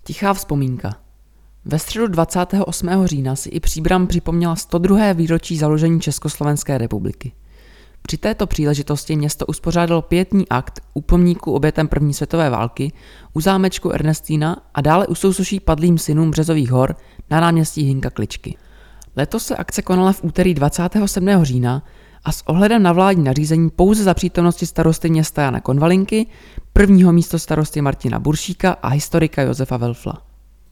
Tichá vzpomínka. Ve středu 28. října si i Příbram připomněla 102. výročí založení Československé republiky. Při této příležitosti město uspořádalo pietní akt u pomníku obětem první světové války, u zámečku Ernestína a dále u sousoší padlým synům Březových hor na náměstí Hynka Kličky. Letos se akce konala v úterý 27. října a s ohledem na vládní nařízení pouze za přítomnosti starosty města Jana Konvalinky, prvního místostarosty Martina Buršíka a historika Josefa Welfla.